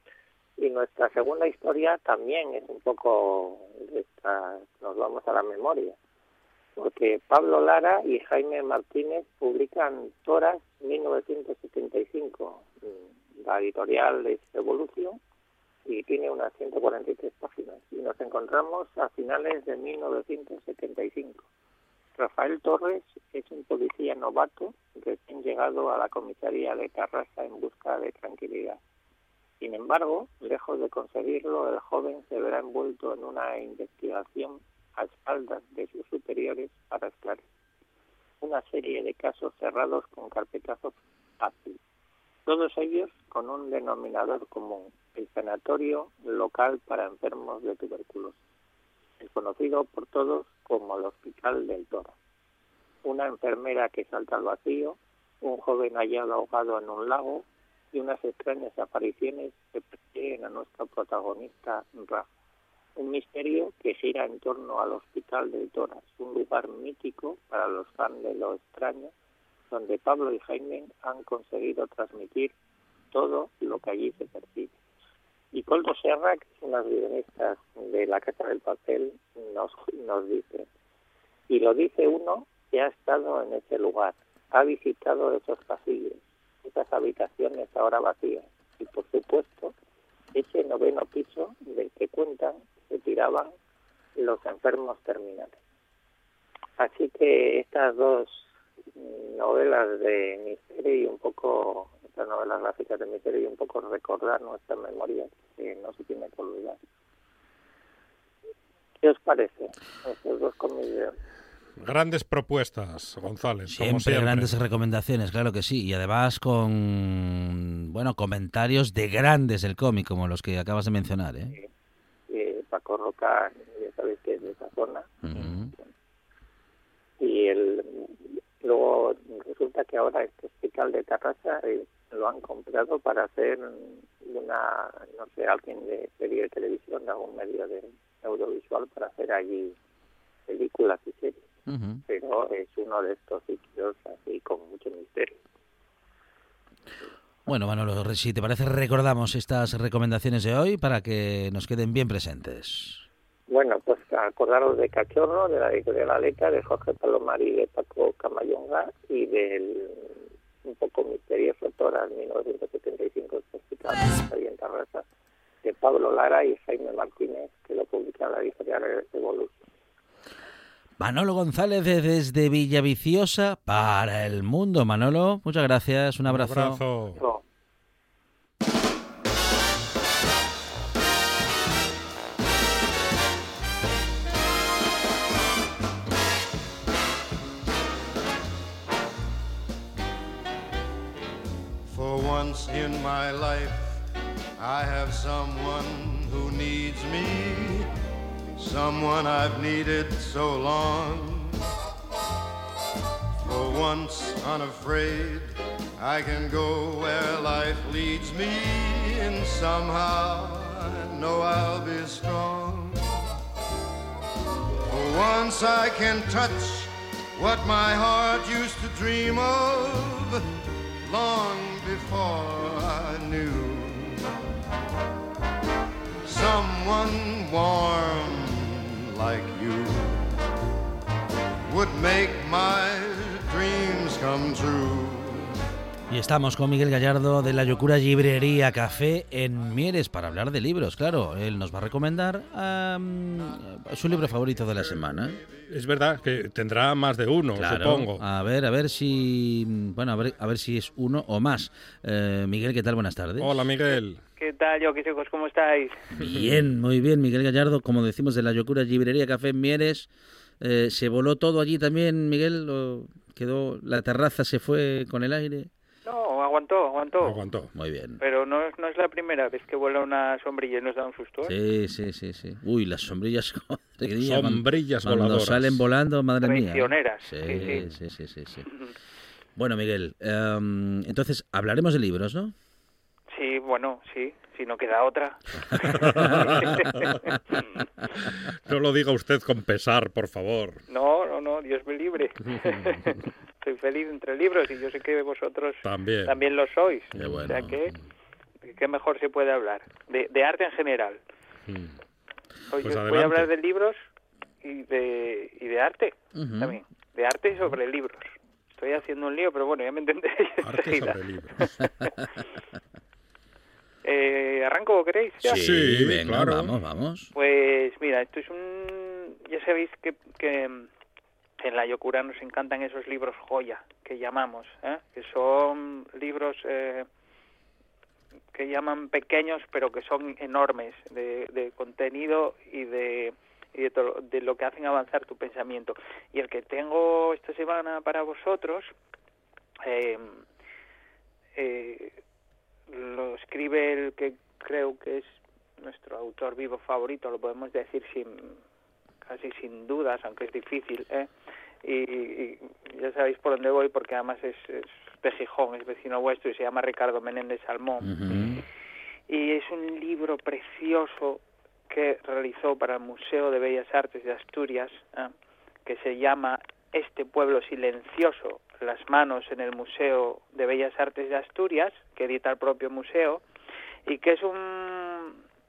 Y nuestra segunda historia también es un poco, esta, nos vamos a la memoria, porque Pablo Lara y Jaime Martínez publican Toras mil novecientos setenta y cinco. La editorial es Evolución y tiene unas ciento cuarenta y tres páginas. Y nos encontramos a finales de mil novecientos setenta y cinco. Rafael Torres es un policía novato recién llegado a la comisaría de Tarrasa en busca de tranquilidad. Sin embargo, lejos de conseguirlo, el joven se verá envuelto en una investigación a espaldas de sus superiores para esclarecer una serie de casos cerrados con carpetazo fácil. Todos ellos con un denominador común, el sanatorio local para enfermos de tuberculosis, el conocido por todos como el Hospital del Toro. Una enfermera que salta al vacío, un joven hallado ahogado en un lago y unas extrañas apariciones que persiguen a nuestro protagonista Rafa. Un misterio que gira en torno al Hospital del Toras, un lugar mítico para los fans de lo extraño, donde Pablo y Jaime han conseguido transmitir todo lo que allí se percibe. Y Coldo Serra, que es una de las guionistas de La Casa del Papel, nos, nos dice, y lo dice uno que ha estado en ese lugar, ha visitado esos pasillos, esas habitaciones ahora vacías, y por supuesto, ese noveno piso del que cuentan se tiraban los enfermos terminales. Así que estas dos novelas de misterio y un poco, estas novelas gráficas de misterio y un poco recordar nuestra memoria, que no se tiene que olvidar. ¿Qué os parece estos dos cómics de hoy? Grandes propuestas, González. Siempre, como siempre. Grandes recomendaciones, claro que sí. Y además con, bueno, comentarios de grandes del cómic, como los que acabas de mencionar, ¿eh? Sí. Eh, Paco Roca, ya sabes que es de esa zona. Uh-huh. Y el, luego resulta que ahora este hospital de Tarrasa eh, lo han comprado para hacer una, no sé, alguien de serie de televisión, de algún medio de audiovisual, para hacer allí películas y series. Uh-huh. Pero es uno de estos sitios así con mucho misterio. Bueno, Manolo, si te parece, recordamos estas recomendaciones de hoy para que nos queden bien presentes. Bueno, pues acordaros de Cachorro, de la editorial Aleca, de Jorge Palomar y de Paco Camayonga, y del un poco misterioso Toras mil novecientos setenta y cinco, hospital ahí en Tarrasa, de Pablo Lara y Jaime Martínez, que lo publica la editorial Evolución. Manolo González desde Villaviciosa para el mundo. Manolo, muchas gracias, un abrazo. Un abrazo. For once in my life, I have someone who needs me. Someone I've needed so long. For once unafraid, I can go where life leads me, and somehow I know I'll be strong. For once I can touch what my heart used to dream of long before I knew. Someone warm like you would make my dreams come true. Y estamos con Miguel Gallardo de la Locura Librería Café en Mieres para hablar de libros. Claro, él nos va a recomendar um, su libro favorito de la semana. Es verdad que tendrá más de uno, claro, supongo. A ver, a ver si, bueno, a ver, a ver si es uno o más. Eh, Miguel, ¿qué tal? Buenas tardes. Hola, Miguel. ¿Qué tal, yo, chicos? ¿Cómo estáis? Bien, muy bien, Miguel Gallardo, como decimos, de la Locura Librería Café en Mieres. Eh, ¿Se voló todo allí también, Miguel? ¿O quedó la terraza, se fue con el aire? No, aguantó, aguantó. Aguantó. Muy bien. Pero no, no es la primera vez que vuela una sombrilla y nos da un susto, ¿eh? Sí, sí, sí, sí. Uy, las sombrillas. Sombrillas cuando, voladoras. Cuando salen volando, madre mía. Traicioneras. Sí, sí, sí, sí, sí, sí. Bueno, Miguel, um, entonces hablaremos de libros, ¿no? Sí, bueno, sí. Si no queda otra. No lo diga usted con pesar, por favor. No, no, no, Dios me libre. Estoy feliz entre libros y yo sé que vosotros también, también lo sois. Qué bueno. O sea que, ¿qué mejor se puede hablar? De, de arte en general. Hmm. Hoy pues voy a hablar de libros y de, y de arte uh-huh. también. De arte sobre libros. Estoy haciendo un lío, pero bueno, ya me entenderéis enseguida. Arte sobre libros. Eh, ¿Arranco, queréis? ¿Ya? Sí, sí, venga, claro. vamos, vamos. Pues mira, esto es un... Ya sabéis que, que en la Yokura nos encantan esos libros joya, que llamamos, ¿eh? Que son libros eh, que llaman pequeños, pero que son enormes de, de contenido y de, y de, to- de lo que hacen avanzar tu pensamiento. Y el que tengo esta semana para vosotros... Eh, eh, lo escribe el que creo que es nuestro autor vivo favorito, lo podemos decir sin casi sin dudas, aunque es difícil, ¿eh? y, y ya sabéis por dónde voy, porque además es, es de Gijón, es vecino vuestro, y se llama Ricardo Menéndez Salmón. Uh-huh. Y es un libro precioso que realizó para el Museo de Bellas Artes de Asturias, ¿eh? Que se llama Este pueblo silencioso, las manos en el Museo de Bellas Artes de Asturias, que edita el propio museo, y que es un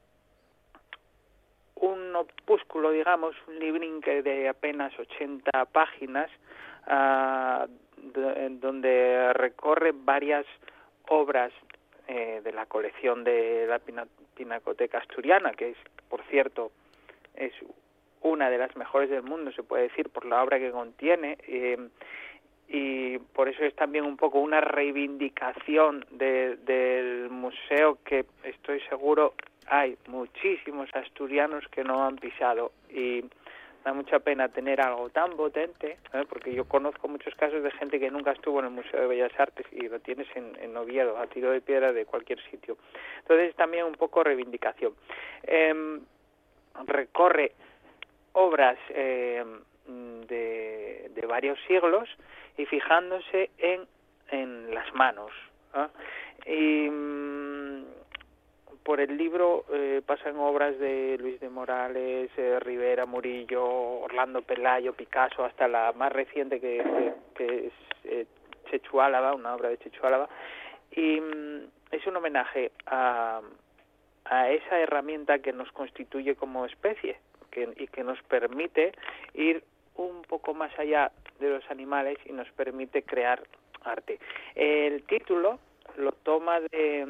un opúsculo, digamos, un librín que de apenas ochenta páginas, uh, de, donde recorre varias obras eh, de la colección de la Pina, Pinacoteca Asturiana, que es, por cierto, es una de las mejores del mundo, se puede decir, por la obra que contiene, eh, y por eso es también un poco una reivindicación de, del museo que estoy seguro hay muchísimos asturianos que no han pisado, y da mucha pena tener algo tan potente, ¿eh? Porque yo conozco muchos casos de gente que nunca estuvo en el Museo de Bellas Artes y lo tienes en, en Oviedo, a tiro de piedra de cualquier sitio. Entonces también un poco reivindicación. Eh, recorre obras eh, de, de varios siglos y fijándose en, en las manos, ¿eh? Y mm, por el libro eh, pasan obras de Luis de Morales, eh, Rivera, Murillo, Orlando Pelayo, Picasso, hasta la más reciente que, que, que es eh, Chechu Álava, una obra de Chechu Álava, y mm, es un homenaje a, a esa herramienta que nos constituye como especie que, y que nos permite ir un poco más allá de los animales y nos permite crear arte. El título lo toma de,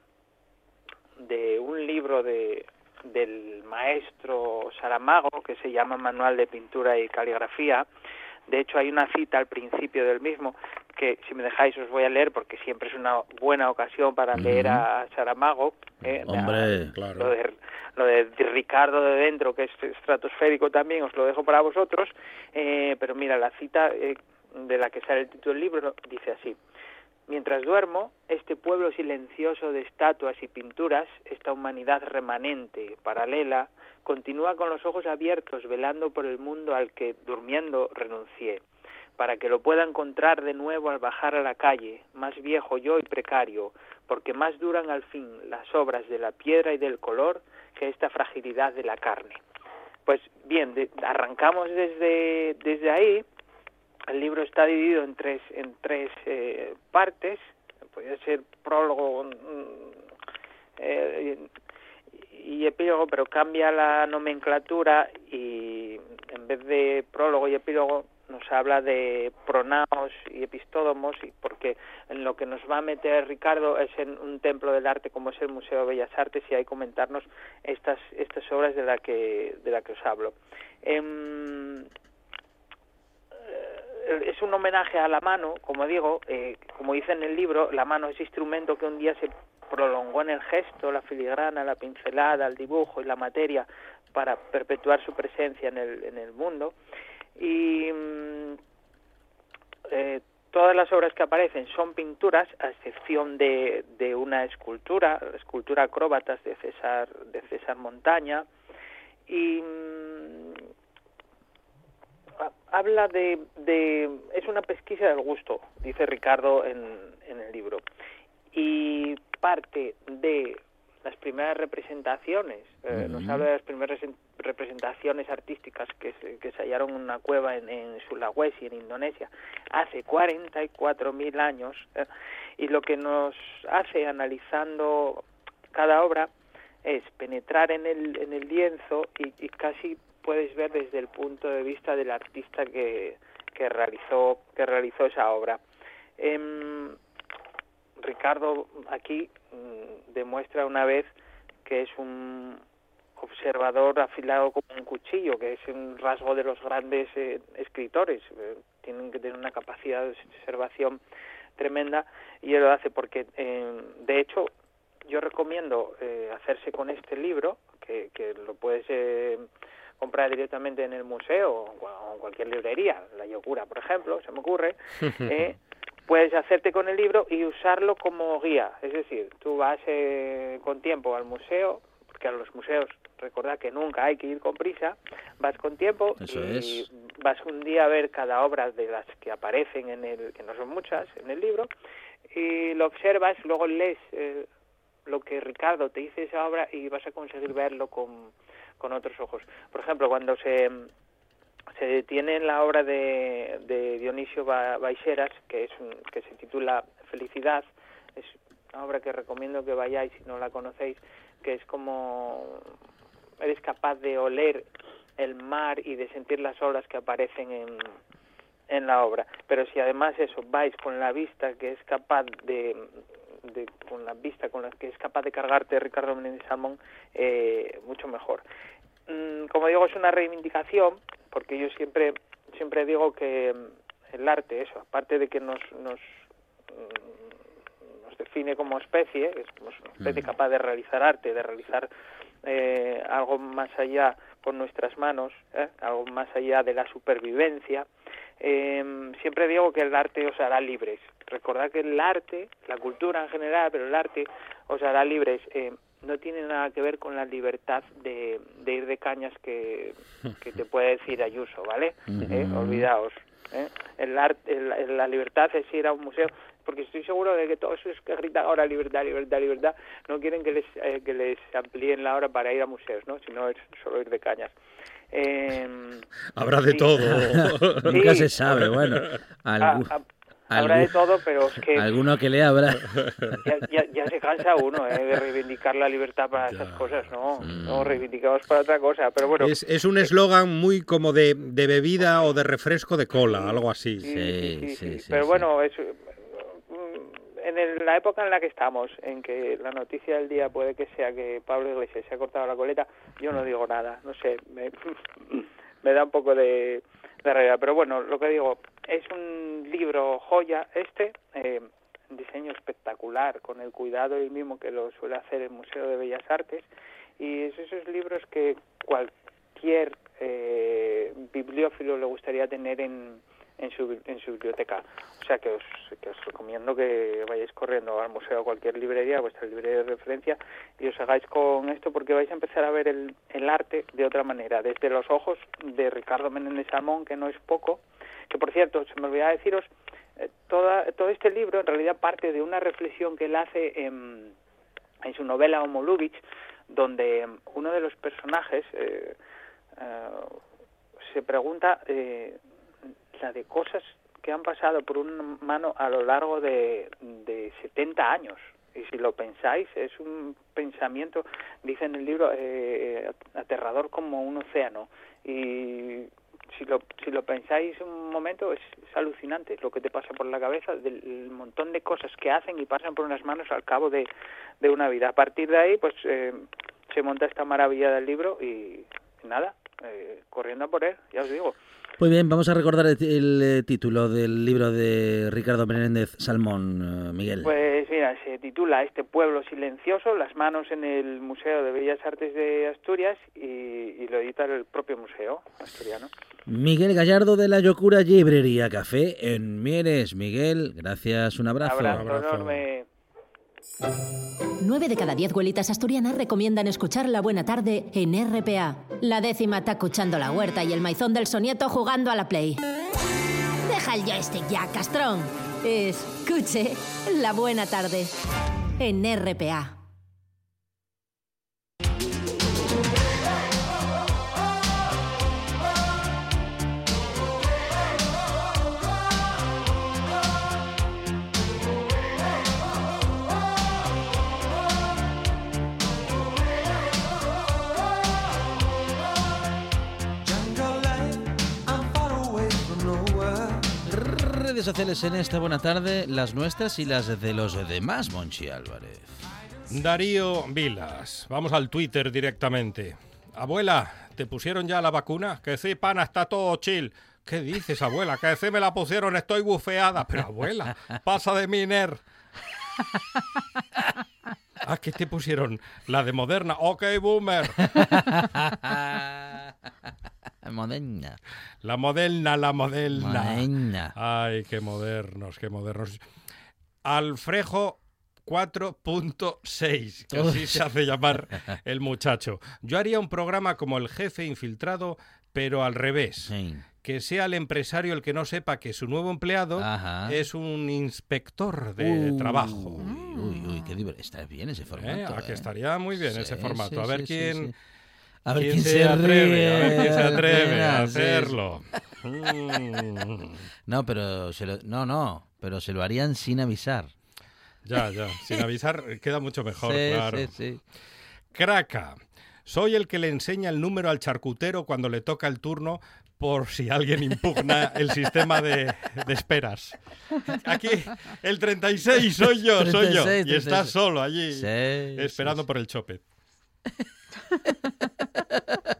de un libro de, del maestro Saramago que se llama Manual de Pintura y Caligrafía. De hecho, hay una cita al principio del mismo que, si me dejáis, os voy a leer porque siempre es una buena ocasión para leer a Saramago. ¿eh? Hombre, a, claro. Lo de, lo de Ricardo de dentro, que es estratosférico también, os lo dejo para vosotros. Eh, pero mira, la cita eh, de la que sale el título del libro dice así: mientras duermo, este pueblo silencioso de estatuas y pinturas, esta humanidad remanente, paralela, continúa con los ojos abiertos, velando por el mundo al que, durmiendo, renuncié, para que lo pueda encontrar de nuevo al bajar a la calle, más viejo yo y precario, porque más duran al fin las obras de la piedra y del color que esta fragilidad de la carne. Pues bien, de, arrancamos desde, desde ahí. El libro está dividido en tres en tres eh, partes. Podría ser prólogo eh, y epílogo, pero cambia la nomenclatura y en vez de prólogo y epílogo nos habla de pronaos y epistódomos, y porque en lo que nos va a meter Ricardo es en un templo del arte como es el Museo de Bellas Artes, y hay comentarnos estas estas obras de la que de la que os hablo. Eh, es un homenaje a la mano, como digo, eh, como dice en el libro, la mano es instrumento que un día se prolongó en el gesto, la filigrana, la pincelada, el dibujo y la materia para perpetuar su presencia en el, en el mundo. Y eh, todas las obras que aparecen son pinturas, a excepción de, de una escultura, la escultura Acróbatas de César, de César Montaña, y habla de, de... es una pesquisa del gusto, dice Ricardo en, en el libro, y parte de las primeras representaciones, eh, uh-huh. nos habla de las primeras representaciones artísticas que se, que se hallaron en una cueva en, en Sulawesi, en Indonesia, hace cuarenta y cuatro mil años, eh, y lo que nos hace, analizando cada obra, es penetrar en el, en el lienzo y, y casi puedes ver desde el punto de vista del artista que, que realizó que realizó esa obra. Eh, Ricardo aquí mm, demuestra una vez que es un observador afilado como un cuchillo, que es un rasgo de los grandes eh, escritores. Eh, tienen que tener una capacidad de observación tremenda, y él lo hace porque, eh, de hecho, yo recomiendo eh, hacerse con este libro, que, que lo puedes eh, comprar directamente en el museo o en cualquier librería, La Yocura, por ejemplo, se me ocurre. eh, puedes hacerte con el libro y usarlo como guía, es decir, tú vas eh, con tiempo al museo, porque a los museos, recordad que nunca hay que ir con prisa, vas con tiempo. Eso y es. Vas un día a ver cada obra de las que aparecen en el, que no son muchas, en el libro, y lo observas, luego lees eh, lo que Ricardo te dice de esa obra y vas a conseguir verlo con, con otros ojos. Por ejemplo, cuando se se detiene en la obra de, de Dionisio Baixeras, que es un, que se titula Felicidad, es una obra que recomiendo que vayáis si no la conocéis, que es como eres capaz de oler el mar y de sentir las olas que aparecen en, en la obra. Pero si además eso vais con la vista que es capaz de, de con la vista con la que es capaz de cargarte Ricardo Menéndez Salmón, eh, mucho mejor. Mm, como digo, es una reivindicación, porque yo siempre siempre digo que el arte, eso, aparte de que nos nos, nos define como especie, es como una especie capaz de realizar arte, de realizar eh, algo más allá con nuestras manos, ¿eh? Algo más allá de la supervivencia. Eh, siempre digo que el arte os hará libres. Recordad que el arte, la cultura en general, pero el arte os hará libres. Eh, no tiene nada que ver con la libertad de, de ir de cañas que, que te puede decir Ayuso, ¿vale? Eh, olvidaos. ¿eh? El arte, el, la libertad es ir a un museo, porque estoy seguro de que todos esos que gritan ahora libertad, libertad, libertad, no quieren que les eh, que les amplíen la hora para ir a museos, ¿no? Sino es solo ir de cañas. Eh, Habrá de sí. todo. Nunca Sí. se sabe, bueno. Algu- Ah, ah, Habrá de todo, pero es que alguno que le habrá. ya, ya, ya se cansa uno ¿eh? de reivindicar la libertad para esas cosas, no, no reivindicamos para otra cosa, pero bueno. Es, es un eslogan muy como de, de bebida o de refresco de cola, algo así. Sí, sí, sí, sí, sí. Pero bueno, es, en el- la época en la que estamos, en que la noticia del día puede que sea que Pablo Iglesias se ha cortado la coleta, yo no digo nada, no sé, me, me da un poco de, de rabia, pero bueno, lo que digo, es un libro joya este, eh, diseño espectacular, con el cuidado y mimo que lo suele hacer el Museo de Bellas Artes, y es esos libros que cualquier eh, bibliófilo le gustaría tener en, en, su, en su biblioteca. O sea que os, que os recomiendo que vayáis corriendo al museo, a cualquier librería, a vuestra librería de referencia, y os hagáis con esto, porque vais a empezar a ver el, el arte de otra manera, desde los ojos de Ricardo Menéndez Salmón, que no es poco, que por cierto, se me olvidaba deciros, eh, toda, todo este libro en realidad parte de una reflexión que él hace en, en su novela Homo Lubitsch, donde uno de los personajes eh, eh, se pregunta eh, la de cosas que han pasado por una mano a lo largo de, de setenta años. Y si lo pensáis, es un pensamiento, dice en el libro, eh, aterrador como un océano. Y si lo, si lo pensáis un momento, es, es alucinante lo que te pasa por la cabeza, del montón de cosas que hacen y pasan por unas manos al cabo de, de una vida. A partir de ahí, pues eh, se monta esta maravilla del libro y, y nada, eh, corriendo a por él, ya os digo. Muy bien, vamos a recordar el, el, eh, título del libro de Ricardo Menéndez Salmón, eh, Miguel. Pues mira, se titula Este pueblo silencioso, las manos en el Museo de Bellas Artes de Asturias, y, y lo edita el propio museo asturiano. Miguel Gallardo de la Locura Librería Café en Mieres. Miguel, gracias, un abrazo. Un abrazo, abrazo. enorme. Nueve de cada diez abuelitas asturianas recomiendan escuchar La Buena Tarde en R P A. La décima está escuchando la huerta y el maizón del sonieto jugando a la Play. Deja el joystick ya, castrón. Escuche La Buena Tarde en R P A. Redes sociales en esta buena tarde, las nuestras y las de los demás, Monchi Álvarez. Darío Vilas, vamos al Twitter directamente. Abuela, ¿te pusieron ya la vacuna? Que sí, pana, está todo chill. ¿Qué dices, abuela? Que sí me la pusieron, estoy bufeada. Pero abuela, pasa de mí, ner. Ah, ¿qué te pusieron? La de Moderna. Ok, boomer. Moderna. La Moderna, la Moderna. Moderna. Ay, qué modernos, qué modernos. Alfrejo cuatro punto seis, que así se hace llamar el muchacho. Yo haría un programa como El Jefe Infiltrado, pero al revés. Sí. Que sea el empresario el que no sepa que su nuevo empleado Ajá. es un inspector de uh, trabajo. Uy, uy, qué divertido. Está bien ese formato. ¿Eh? ¿A que eh? estaría muy bien sí, ese formato? Sí, a ver sí, quién... Sí, sí. A ver quién, quién se, se atreve, ríe, a ver quién se atreve a sí, hacerlo. Sí. No, pero se lo, no, no, pero se lo harían sin avisar. Ya, ya, sin avisar queda mucho mejor, sí, claro. Sí, sí. Craca, soy el que le enseña el número al charcutero cuando le toca el turno por si alguien impugna el sistema de, de esperas. Aquí el treinta y seis soy yo, treinta y seis, soy yo. Y estás solo allí sí, esperando sí, sí. por el chope.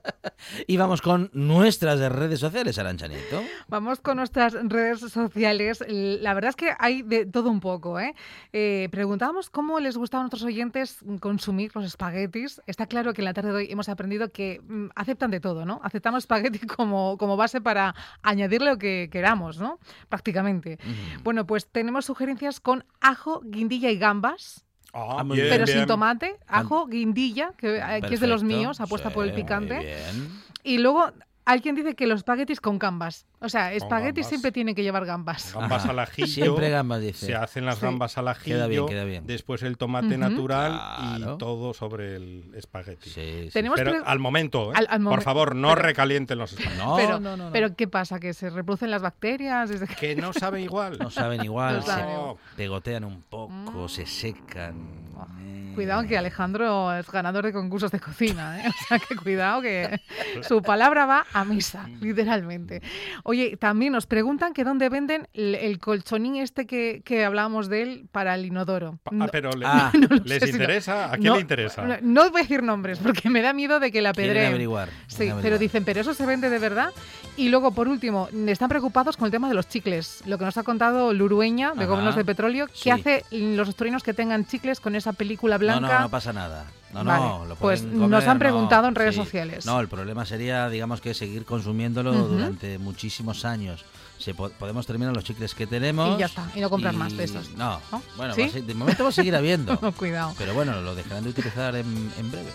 Y vamos con nuestras redes sociales, Arantxa Nieto. Vamos con nuestras redes sociales. La verdad es que hay de todo un poco, ¿eh? Eh, preguntábamos cómo les gustaba a nuestros oyentes consumir los espaguetis. Está claro que en la tarde de hoy hemos aprendido que mm, aceptan de todo, ¿no? Aceptamos espagueti como, como base para añadirle lo que queramos, ¿no? Prácticamente. Uh-huh. Bueno, pues tenemos sugerencias con ajo, guindilla y gambas. Ah, bien, pero bien. sin tomate, ajo, guindilla, que, que es de los míos, apuesta sí, por el picante. Y luego alguien dice que los espaguetis con gambas. O sea, espaguetis siempre tienen que llevar gambas. Gambas Ajá. al ajillo. Siempre gambas, dice. Se hacen las sí. gambas al ajillo. Queda bien, queda bien. Después el tomate uh-huh. natural claro. y todo sobre el espagueti. Sí, sí. Tenemos pero pre... al momento, ¿eh? al, al momen... Por favor, no pero... recalienten los espaguetis. No, pero, no, no, no. Pero ¿qué pasa? ¿Que se reproducen las bacterias? Desde que... que no saben igual. No saben igual. No se saben. pegotean un poco, mm. se secan. Cuidado que Alejandro es ganador de concursos de cocina, ¿eh? O sea, que cuidado que su palabra va a misa, literalmente. Oye, también nos preguntan que dónde venden el, el colchonín este que, que hablábamos de él para el inodoro. Ah, pero le, ah, no sé ¿les si interesa? no, ¿A quién no, le interesa? No, no voy a decir nombres porque me da miedo de que la apedreen. Quieren averiguar. Sí, averiguar. Pero dicen, ¿pero eso se vende de verdad? Y luego, por último, están preocupados con el tema de los chicles. Lo que nos ha contado Lurueña, de Gobiernos de Petróleo, sí. ¿qué hace los asturianos que tengan chicles con esa película blanca? No, no, no pasa nada. No, vale, no, lo pues comer, nos han preguntado no, en redes sí. sociales. No, el problema sería, digamos, que seguir consumiéndolo uh-huh. durante muchísimos años. Se po- podemos terminar los chicles que tenemos. Y ya está, y no comprar y... más de esos. No, ¿no? bueno, ¿Sí? va a ser, de momento va a seguir habiendo. No, cuidado. Pero bueno, lo dejarán de utilizar en, en breve.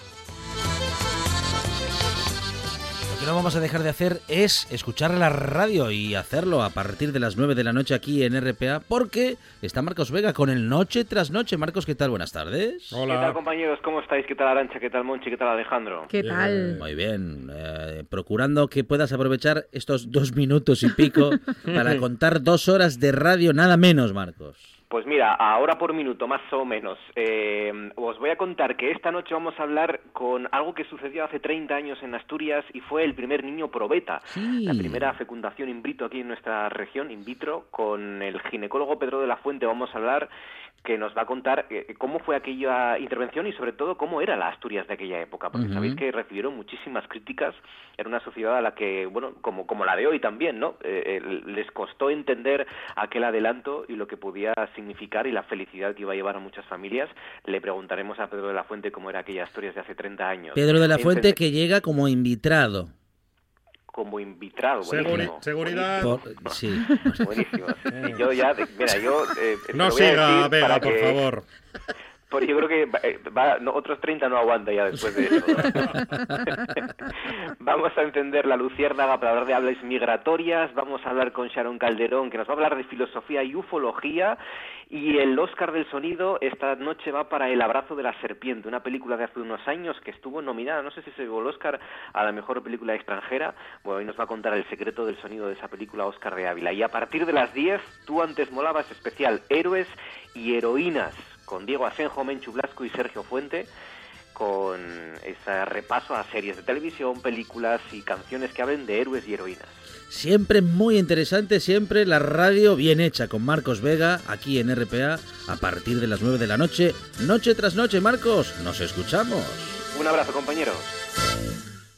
Lo que no vamos a dejar de hacer es escuchar la radio y hacerlo a partir de las nueve de la noche aquí en R P A, porque está Marcos Vega con el Noche tras Noche. Marcos, ¿qué tal? Buenas tardes. Hola. ¿Qué tal, compañeros? ¿Cómo estáis? ¿Qué tal, Arantxa? ¿Qué tal, Monchi? ¿Qué tal, Alejandro? ¿Qué tal? Muy bien. Eh, procurando que puedas aprovechar estos dos minutos y pico para contar dos horas de radio, nada menos, Marcos. Pues mira, ahora por minuto, más o menos. Eh, os voy a contar que esta noche vamos a hablar con algo que sucedió hace treinta años en Asturias y fue el primer niño probeta. Sí. La primera fecundación in vitro aquí en nuestra región, in vitro, con el ginecólogo Pedro de la Fuente vamos a hablar, que nos va a contar eh, cómo fue aquella intervención y sobre todo cómo era la Asturias de aquella época, porque uh-huh. sabéis que recibieron muchísimas críticas, era una sociedad a la que, bueno, como, como la de hoy también, ¿no? Eh, eh, les costó entender aquel adelanto y lo que podía significar y la felicidad que iba a llevar a muchas familias. Le preguntaremos a Pedro de la Fuente cómo era aquella Asturias de hace treinta años. Pedro de la Fuente Entonces, que llega como invitrado. Como invitrado, buenísimo. Seguri- seguridad. Buenísimo. Por, sí. Buenísimo. Sí. Yo ya, mira, yo... Eh, no siga, Vega, por que, favor. Porque yo creo que eh, va, no, otros treinta no aguanta ya después de eso. Vamos a encender la luciérnaga para hablar de hablas migratorias, vamos a hablar con Sharon Calderón, que nos va a hablar de filosofía y ufología, y el Oscar del sonido esta noche va para El abrazo de la serpiente, una película de hace unos años que estuvo nominada, no sé si se llevó el Oscar a la mejor película extranjera. Bueno, hoy nos va a contar el secreto del sonido de esa película Oscar de Ávila. Y a partir de las diez, Tú antes molabas, especial Héroes y Heroínas, con Diego Asenjo, Menchu Blasco y Sergio Fuente, con ese repaso a series de televisión, películas y canciones que hablen de héroes y heroínas. Siempre muy interesante, siempre la radio bien hecha con Marcos Vega, aquí en R P A, a partir de las nueve de la noche, noche tras noche. Marcos, nos escuchamos. Un abrazo, compañeros.